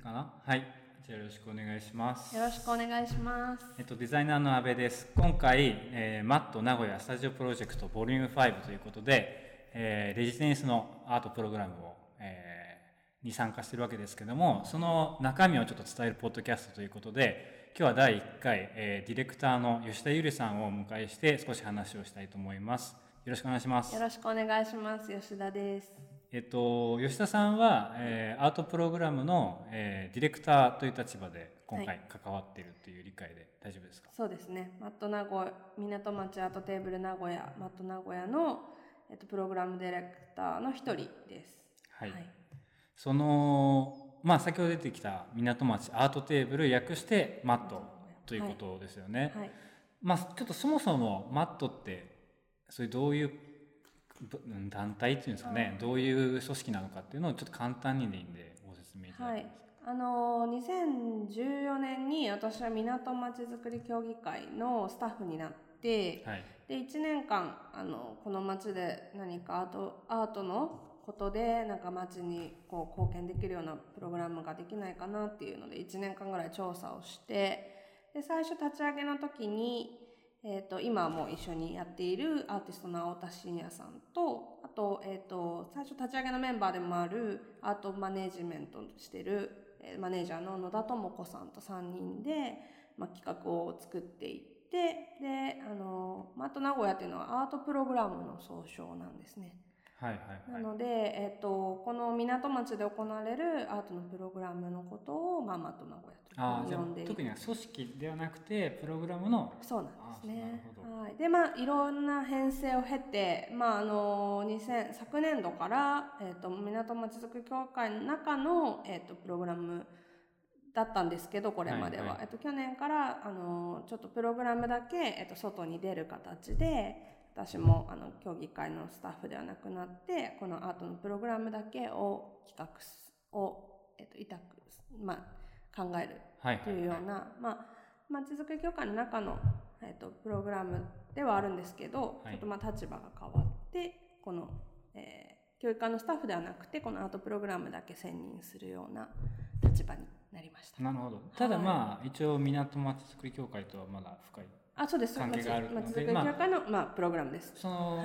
かな。はい。じゃあよろしくお願いします。 よろしくお願いします。 デザイナーの阿部です。今回、マット名古屋スタジオプロジェクトボリューム5ということで、レジデンスのアートプログラムを、に参加しているわけですけども、その中身をちょっと伝えるポッドキャストということで、今日は第1回、ディレクターの吉田ゆりさんをお迎えして少し話をしたいと思います。よろしくお願いします。 よろしくお願いします。吉田です。 吉田さんは、アートプログラムの、ディレクターという立場で今回関わっているという理解で大丈夫ですか？ そうですね。マット名古屋、港町アートテーブル名古屋、マット名古屋の、プログラムディレクターの一人です。 はい。その、先ほど出てきた港町アートテーブル、略してマットということですよね。はい。ちょっとそもそもマットって、それどういう団体っていうんですかね、どういう組織なのかっていうのをちょっと簡単にでいいんでご説明いただけますか？ 2014年に私は港まちづくり協議会のスタッフになって、はい、で1年間この町で何かアートのことでなんか町にこう貢献できるようなプログラムができないかなっていうので1年間ぐらい調査をして、で最初立ち上げの時に今も一緒にやっているアーティストの青田真也さんと、あと、最初立ち上げのメンバーでもあるアートマネージメントしているマネージャーの野田智子さんと3人で、企画を作っていって、で、マット名古屋っていうのはアートプログラムの総称なんですね。はいはいはい。なので、この港町で行われるアートのプログラムのことを、マット名古屋と呼んでいる。 特には組織ではなくて、プログラムの。 そうなんですね。はい。で、いろんな編成を経て、昨年度から、港町づくり協会の中の、プログラムだったんですけど、これまでは。去年から、ちょっとプログラムだけ、外に出る形で、私も協議会のスタッフではなくなってこのアートのプログラムだけを企画を、考えるというような、まちづくり協会の中の、プログラムではあるんですけど、ちょっと立場が変わってこの、教育会のスタッフではなくてこのアートプログラムだけ専任するような立場になりました。 なるほど。ただ一応港まちづくり協会とはまだ深いそうです。 関係があるので、 まちづくり協会の、プログラムです。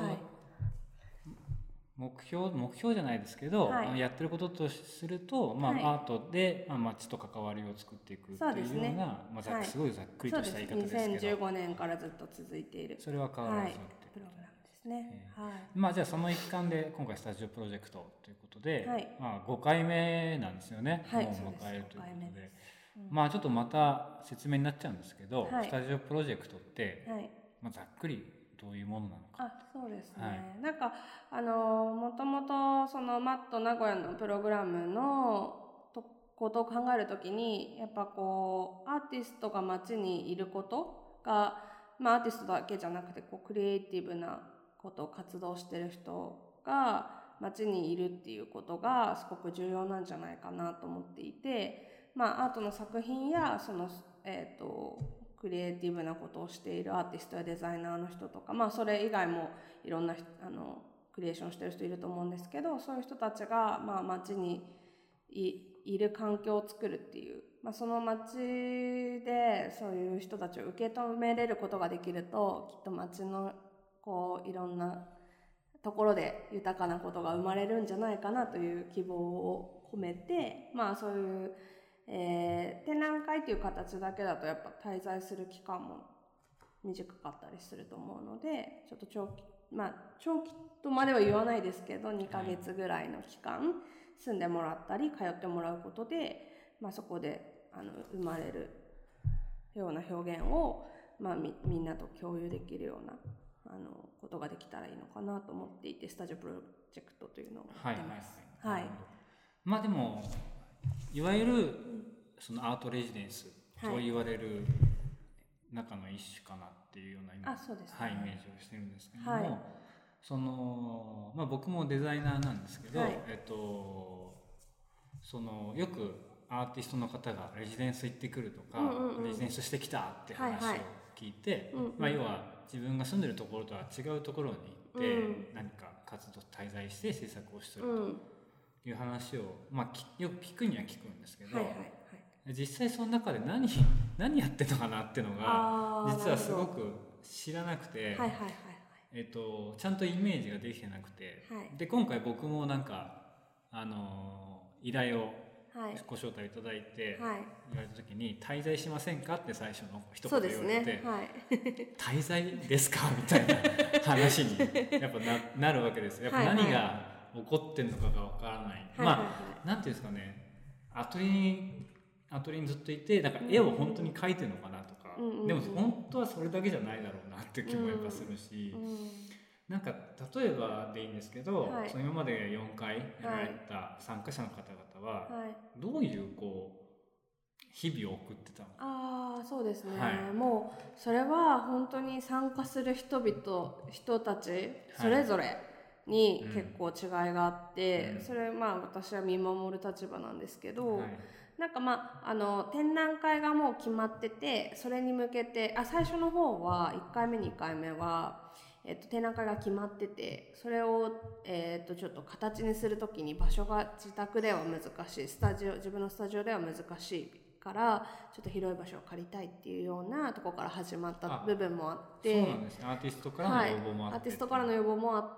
目標じゃないですけど、やってることとすると、アートで、街と関わりを作っていくっていうような、すごいざっくりとした言い方ですけど、 そうです。2015年からずっと続いている。 それは変わらずってプログラムですね。 じゃあその一環で今回スタジオプロジェクトということで、5回目なんですよね。もう迎えるということで。ちょっとまた説明になっちゃうんですけど、スタジオプロジェクトって、ざっくりどういうものなのか。 そうですね。なんかもともとそのマット名古屋のプログラムのことを考えるときにやっぱこうアーティストが街にいることが、アーティストだけじゃなくてクリエイティブなことを活動してる人が街にいるっていうことがすごく重要なんじゃないかなと思っていて。アートの作品やその、クリエイティブなことをしているアーティストやデザイナーの人とか、それ以外もいろんなクリエーションしてる人いると思うんですけど、そういう人たちが、街にいる環境を作るっていう、その街でそういう人たちを受け止めれることができると、きっと街のいろんなところで豊かなことが生まれるんじゃないかなという希望を込めて、そういう展覧会という形だけだとやっぱ滞在する期間も短かったりすると思うので、ちょっと長期とまでは言わないですけど2ヶ月ぐらいの期間住んでもらったり通ってもらうことで、そこで生まれるような表現を、みんなと共有できるようなことができたらいいのかなと思っていて、スタジオプロジェクトというのをやってます。 でもいわゆるそのアートレジデンスと言われる中の一種かなっていうようなイメージをしてるんですけども、僕もデザイナーなんですけど、そのよくアーティストの方がレジデンス行ってくるとか、レジデンスしてきたって話を聞いて、要は自分が住んでるところとは違うところに行って、何か活動滞在して制作をしてると。 いう話を、まあ、よく聞くには聞くんですけど、 はいはいはい、 実際その中で何やってんのかなっていうのが実はすごく知らなくて、 はいはいはいはい、 ちゃんとイメージができてなくて、 はい、 で今回僕もなんか依頼をご招待いただいて、 はい、 言われた時に滞在しませんかって最初の一言言われて、 ね、はい、 滞在ですかみたいな話にやっぱ なるわけですよ。やっぱ何が起こってんのかがわからない、まあなんていうんですかね、アトリにずっといてなんか絵を本当に描いてるのかなとか、でも本当はそれだけじゃないだろうなっていう気もやっぱするし、なんか例えばでいいんですけど、その今まで4回やられた参加者の方々はどういう日々を送ってたのか。 ああ、そうですね、もうそれは本当に参加する人たちそれぞれに結構違いがあって、それまあ私は見守る立場なんですけど、なんかまあ展覧会がもう決まってて、それに向けて最初の方は1回目2回目は展覧会が決まってて、それをちょっと形にするときに場所が自宅では難しい、自分のスタジオでは難しいからちょっと広い場所を借りたいっていうようなところから始まった部分もあって、 そうなんですね。アーティストからの要望もあって、 アーティストからの要望もあって、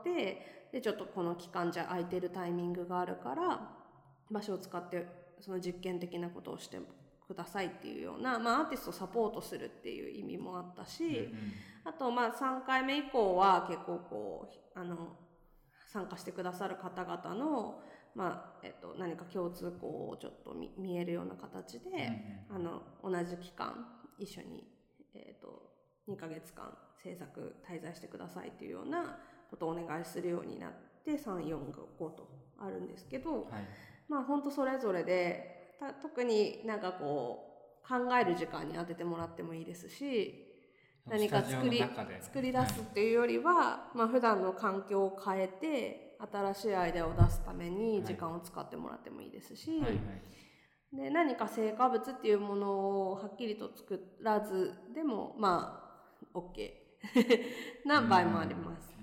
でちょっとこの期間じゃ空いてるタイミングがあるから場所を使ってその実験的なことをしてくださいっていうような、まあ、アーティストをサポートするっていう意味もあったし、あとまあ3回目以降は結構参加してくださる方々の、まあ何か共通項をちょっと見えるような形で、同じ期間一緒に、2ヶ月間制作滞在してくださいっていうようなことをお願いするようになって3、4、5とあるんですけど、まあ本当それぞれで特になんか考える時間に当ててもらってもいいですし、何か作り出すっていうよりは、まあ普段の環境を変えて新しいアイデアを出すために時間を使ってもらってもいいですし、で何か成果物っていうものをはっきりと作らずでもまあ OK な場合もありまして、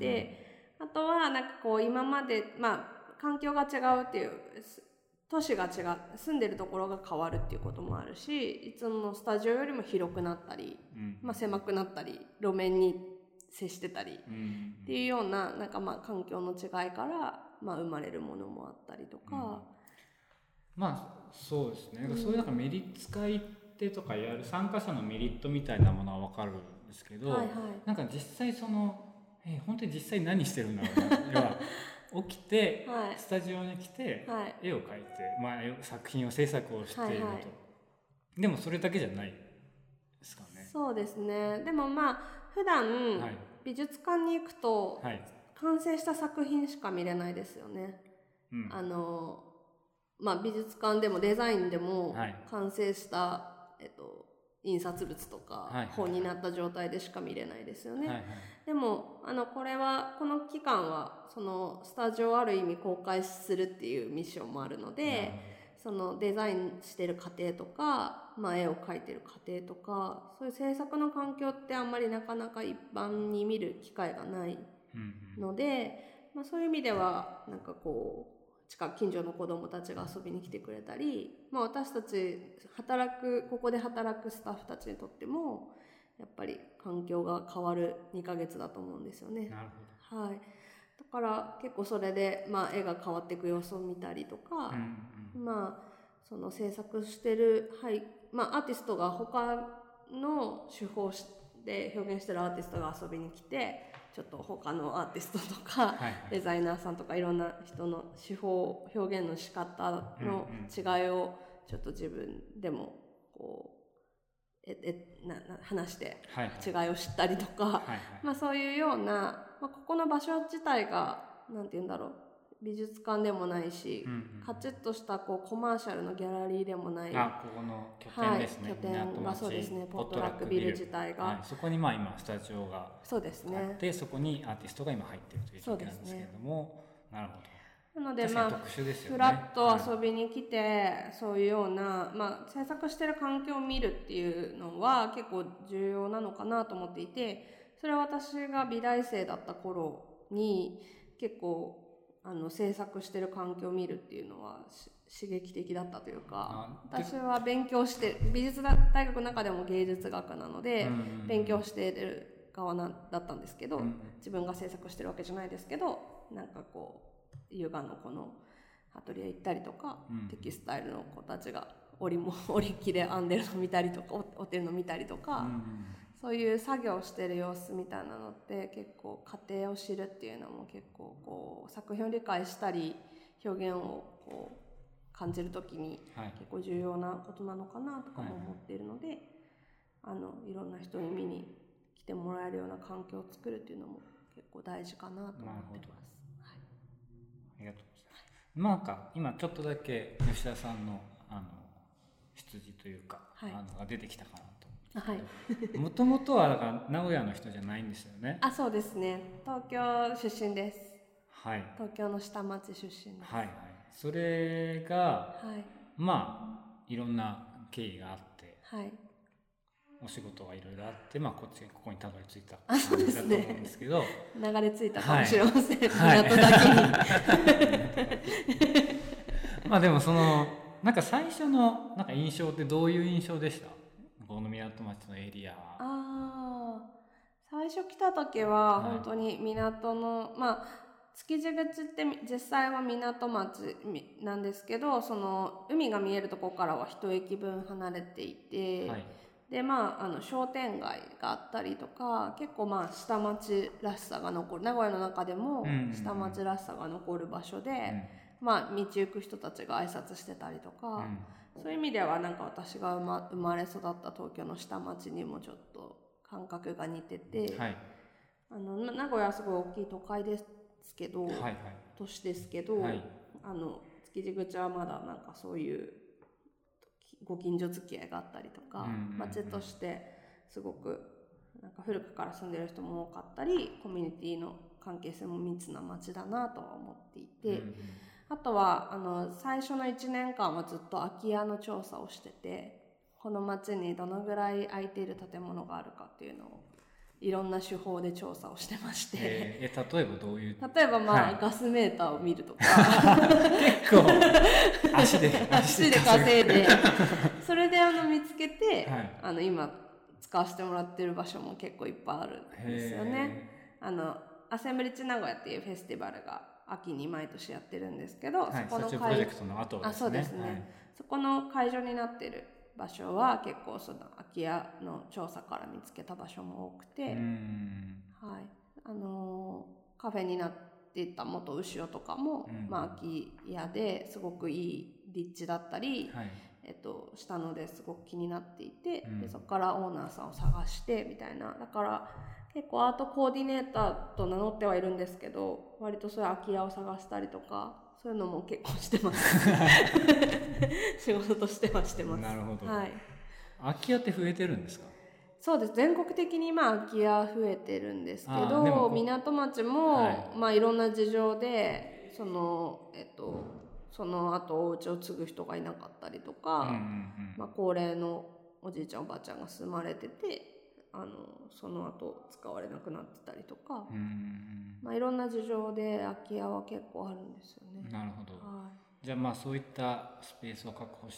あとはなんか今までまあ環境が違うっていう、都市が違う、住んでるところが変わるっていうこともあるし、いつものスタジオよりも広くなったり、まあ、狭くなったり路面に接してたりっていうような、なんかまあ環境の違いから、まあ、生まれるものもあったりとか、 まあそうですね、そういうなんかメリット使い手とかやる参加者のメリットみたいなものは分かるんですけど、なんか実際本当に実際何してるんだろうな起きて、スタジオに来て、絵を描いて、まあ、作品を制作をしていると、でもそれだけじゃないですかね。 そうですね。でもまあ普段、美術館に行くと、完成した作品しか見れないですよね。まあ、美術館でもデザインでも完成した、印刷物とか本になった状態でしか見れないですよね。でもこの期間はそのスタジオをある意味公開するっていうミッションもあるので、そのデザインしてる過程とか、まあ、絵を描いてる過程とか、そういう制作の環境ってあんまりなかなか一般に見る機会がないので、まあ、そういう意味ではなんか近所の子どもたちが遊びに来てくれたり、まあ、私たちここで働くスタッフたちにとってもやっぱり環境が変わる2ヶ月だと思うんですよね。 なるほど。 だから結構それで、まあ、絵が変わっていく様子を見たりとか、まあその制作してる、まあ、アーティストが他の手法で表現してるアーティストが遊びに来て、ちょっと他のアーティストとか、デザイナーさんとかいろんな人の手法表現の仕方の違いをちょっと自分でも話して違いを知ったりとか、まあそういうような、まあ、ここの場所自体がなんて言うんだろう、美術館でもないし、カチッとしたコマーシャルのギャラリーでもない、 ここの拠点ですね。 拠点がそうですね、ポットラックビル自体が、 そこにまあ今スタジオがそうですね、 あって、そこにアーティストが今入っているという状況なんですけれども、なるほど。 なのでまあフラッと遊びに来て、そういうような、まあ、制作してる環境を見るっていうのは結構重要なのかなと思っていて、それは私が美大生だった頃に結構制作してる環境を見るっていうのは刺激的だったというか、私は勉強して美術大学の中でも芸術学なので、勉強してる側だったんですけど、自分が制作してるわけじゃないですけど、なんかこう優雅のこのアトリエ行ったりとか、テキスタイルの子たちが織機で編んでるの見たりとか織ってるの見たりとか、そういう作業してる様子みたいなのって結構過程を知るっていうのも結構こう作品を理解したり表現をこう感じるときに結構重要なことなのかなとかも思っているので、いろんな人に見に来てもらえるような環境を作るっていうのも結構大事かなと思ってます。はい、 ありがとうございます。なんか今ちょっとだけ吉田さんの出自というか、が出てきたかなと。もともとはだから名古屋の人じゃないんですよね。 そうですね。東京出身です。 はい。 東京の下町出身です。 はいはい。それが、まあいろんな経緯があって、お仕事がいろいろあって、ここにたどり着いた感じだと思うんですけど、 流れ着いたかもしれません。港だけに。でもなんか最初のなんか印象ってどういう印象でした？この港町のエリアは。 最初来た時は本当に港の、築地口って実際は港町なんですけど、その海が見えるところからは一駅分離れていて、で商店街があったりとか、結構下町らしさが残る、名古屋の中でも下町らしさが残る場所で、道行く人たちが挨拶してたりとか、そういう意味ではなんか私が生まれ育った東京の下町にもちょっと感覚が似てて、名古屋はすごい大きい都会ですけど、都市ですけど、築地口はまだなんかそういうご近所付き合いがあったりとか、町としてすごくなんか古くから住んでる人も多かったり、コミュニティの関係性も密な町だなとは思っていて、あとは最初の1年間はずっと空き家の調査をしてて、この町にどのぐらい空いている建物があるかっていうのをいろんな手法で調査をしてまして、 例えばどういう？ 例えばガスメーターを見るとか結構足で稼いでそれで見つけて、今使わせてもらってる場所も結構いっぱいあるんですよね。アセンブリッジ名古屋っていうフェスティバルが秋に毎年やってるんですけど、そこのプロジェクトの後ですね。 そうですね、そこの会場になってる場所は結構その空き家の調査から見つけた場所も多くて、カフェになっていた元牛尾とかも、空き家ですごくいい立地だったり、したのですごく気になっていて、でそこからオーナーさんを探してみたいな。だから結構アートコーディネーターと名乗ってはいるんですけど、割とそういう空き家を探したりとか、そういうのも結構してます仕事としてはしてます。 なるほど。空き家って増えてるんですか？ そうです。全国的に空き家増えてるんですけど、港町も、いろんな事情でその後お家を継ぐ人がいなかったりとか、高齢のおじいちゃんおばあちゃんが住まれてて、その後使われなくなってたりとか、いろんな事情で空き家は結構あるんですよね。 なるほど。じゃあそういったスペースを確保して、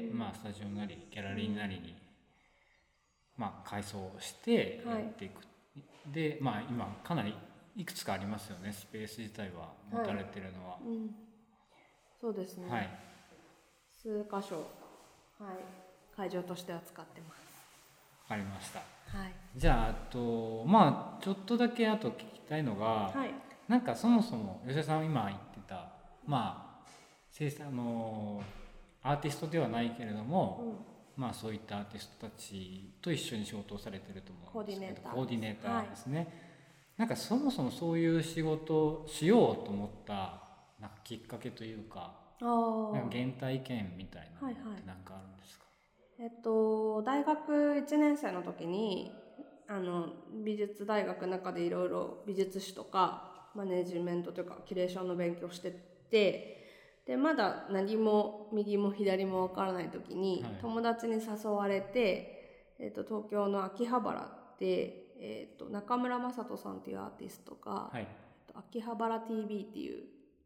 スタジオなりギャラリーなりに、改装してやっていく。で、今かなりいくつかありますよね、スペース自体は持たれてるのは。 そうですね。数箇所、会場としては使ってます。 わかりました。じゃあちょっとだけあと聞きたいのが、なんかそもそも吉田さん今言ってたアーティストではないけれども、そういったアーティストたちと一緒に仕事をされてると思うんですけど、コーディネーターですね。なんかそもそもそういう仕事をしようと思ったなんかきっかけというか、なんか原体験みたいなのって何かあるんですか？ 大学1年生の時に美術大学の中でいろいろ美術史とかマネジメントというかキュレーションの勉強してて、でまだ何も右も左も分からない時に、友達に誘われて、東京の秋葉原で、中村雅人さんっていうアーティストが、秋葉原 TV っていう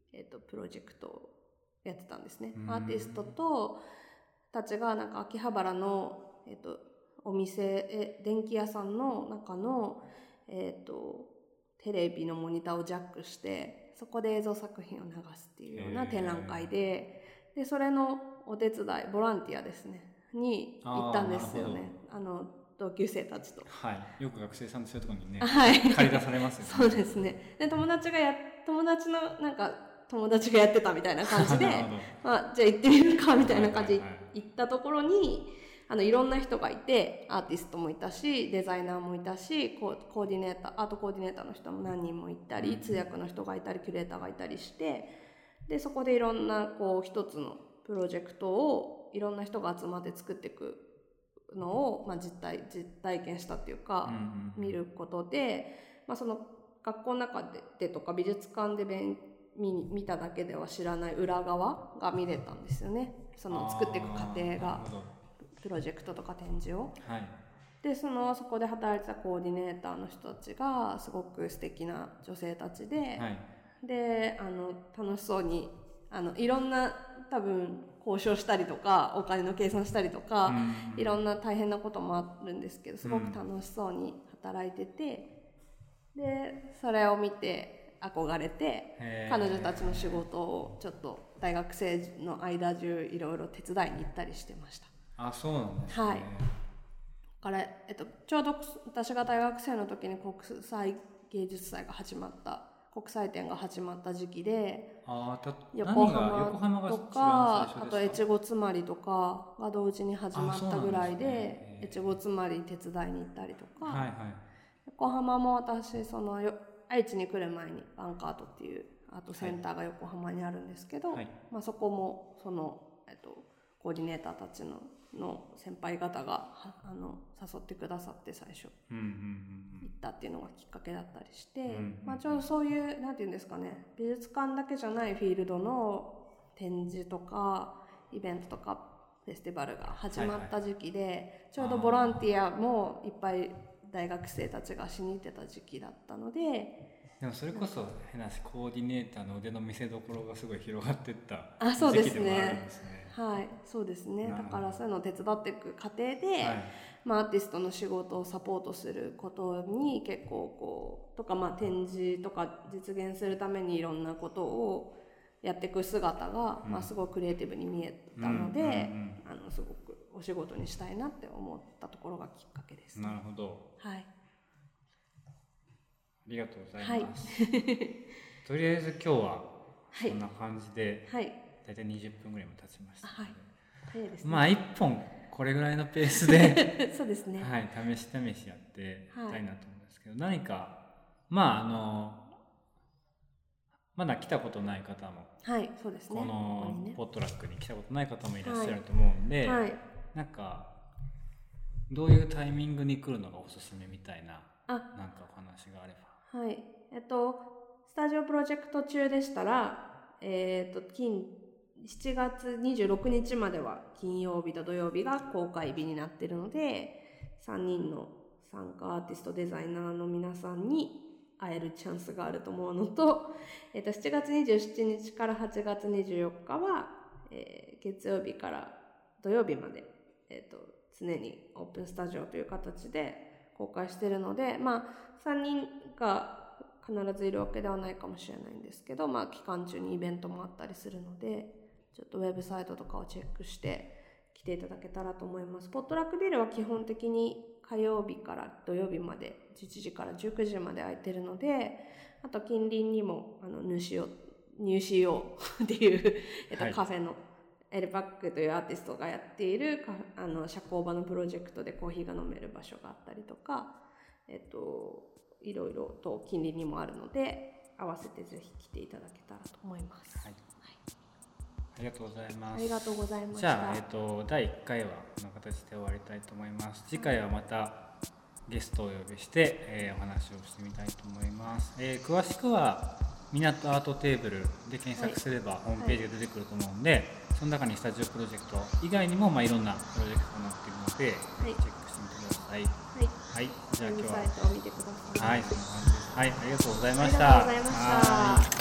プロジェクトをやってたんですね。アーティストとたちがなんか秋葉原の、お店電気屋さんの中の、テレビのモニターをジャックしてそこで映像作品を流すっていうような展覧会で、それのお手伝いボランティアですねに行ったんですよね。同級生たちと。 はい。よく学生さんとそういうところにね、 はい、 借り出されますよね。 そうですね。で友達のなんか友達がやってたみたいな感じでまあ、じゃあ行ってみるかみたいな感じで行ったところにいろんな人がいて、アーティストもいたしデザイナーもいたしアートコーディネーターの人も何人もいたり、通訳の人がいたりキュレーターがいたりして、でそこでいろんな一つのプロジェクトをいろんな人が集まって作っていくのを、まあ、実体験したっていうか、見ることで、まあ、その学校の中でとか美術館で見ただけでは知らない裏側が見れたんですよね。その作っていく過程が、プロジェクトとか展示を、はい、でそこで働いてたコーディネーターの人たちがすごく素敵な女性たちで、はい、で楽しそうにいろんな多分交渉したりとかお金の計算したりとか、いろんな大変なこともあるんですけどすごく楽しそうに働いてて、でそれを見て憧れて彼女たちの仕事をちょっと大学生の間中いろいろ手伝いに行ったりしてました。 あ、そうなんですね。 はい。だから、ちょうど私が大学生の時に国際芸術祭が始まった国際展が始まった時期で、横浜とかあと越後妻有とかが同時に始まったぐらいで、越後妻有手伝いに行ったりとか、はいはい、横浜も私愛知に来る前にバンカートっていうアートセンターが横浜にあるんですけど、はい、まあ、そこもコーディネーターたちの先輩方が誘ってくださって最初、行ったっていうのがきっかけだったりして、まあ、ちょうどそういうなんていうんですかね、美術館だけじゃないフィールドの展示とかイベントとかフェスティバルが始まった時期で、はいはい、ちょうどボランティアもいっぱい大学生たちがしに行ってた時期だったので、 でもそれこそ変な話、コーディネーターの腕の見せ所がすごい広がっていった時期でもあるんですね。 はい、そうですね。だからそういうのを手伝っていく過程で、はい、まあ、アーティストの仕事をサポートすることに結構とか、まあ、展示とか実現するためにいろんなことをやっていく姿が、まあ、すごくクリエイティブに見えたので、すごくお仕事にしたいなって思ったところがきっかけです。 なるほど。 はい。 ありがとうございます。はい、とりあえず今日はこんな感じで、はい、大体20分ぐらいも経ちました、ね。はい。早いですね。まあ1本これぐらいのペースでそうですね。 はい、試しやっていきたいなと思うんですけど、何かまあまだ来たことない方も、 はい、そうですね。 このポットラックに来たことない方もいらっしゃると思うんで、はい、なんかどういうタイミングに来るのがおすすめみたいな、なんかお話があれば。 はい。スタジオプロジェクト中でしたら、7月26日までは金曜日と土曜日が公開日になっているので、3人の参加アーティストデザイナーの皆さんに会えるチャンスがあると思うのと、7月27日から8月24日は、月曜日から土曜日まで、常にオープンスタジオという形で公開しているので、まあ、3人が必ずいるわけではないかもしれないんですけど、まあ、期間中にイベントもあったりするので、ちょっとウェブサイトとかをチェックして来ていただけたらと思います。ポットラックビルは基本的に火曜日から土曜日まで11時から19時まで空いてるので、あと近隣にも入試用っていうカフェのエルパックというアーティストがやっている社交場のプロジェクトでコーヒーが飲める場所があったりとか、いろいろと近隣にもあるので、合わせてぜひ来ていただけたらと思います。はい、 ありがとうございます。 ありがとうございました。 じゃあ、第1回はこの形で終わりたいと思います。次回はまたゲストをお呼びして、お話をしてみたいと思います。詳しくは港アートテーブルで検索すればホームページが出てくると思うんで、その中にスタジオプロジェクト以外にも、いろんなプロジェクトが載っているので、チェックしてみてください。はい、じゃあ今日はサイトを見てください。 はい、そんな感じです。はい、ありがとうございました。 ありがとうございました。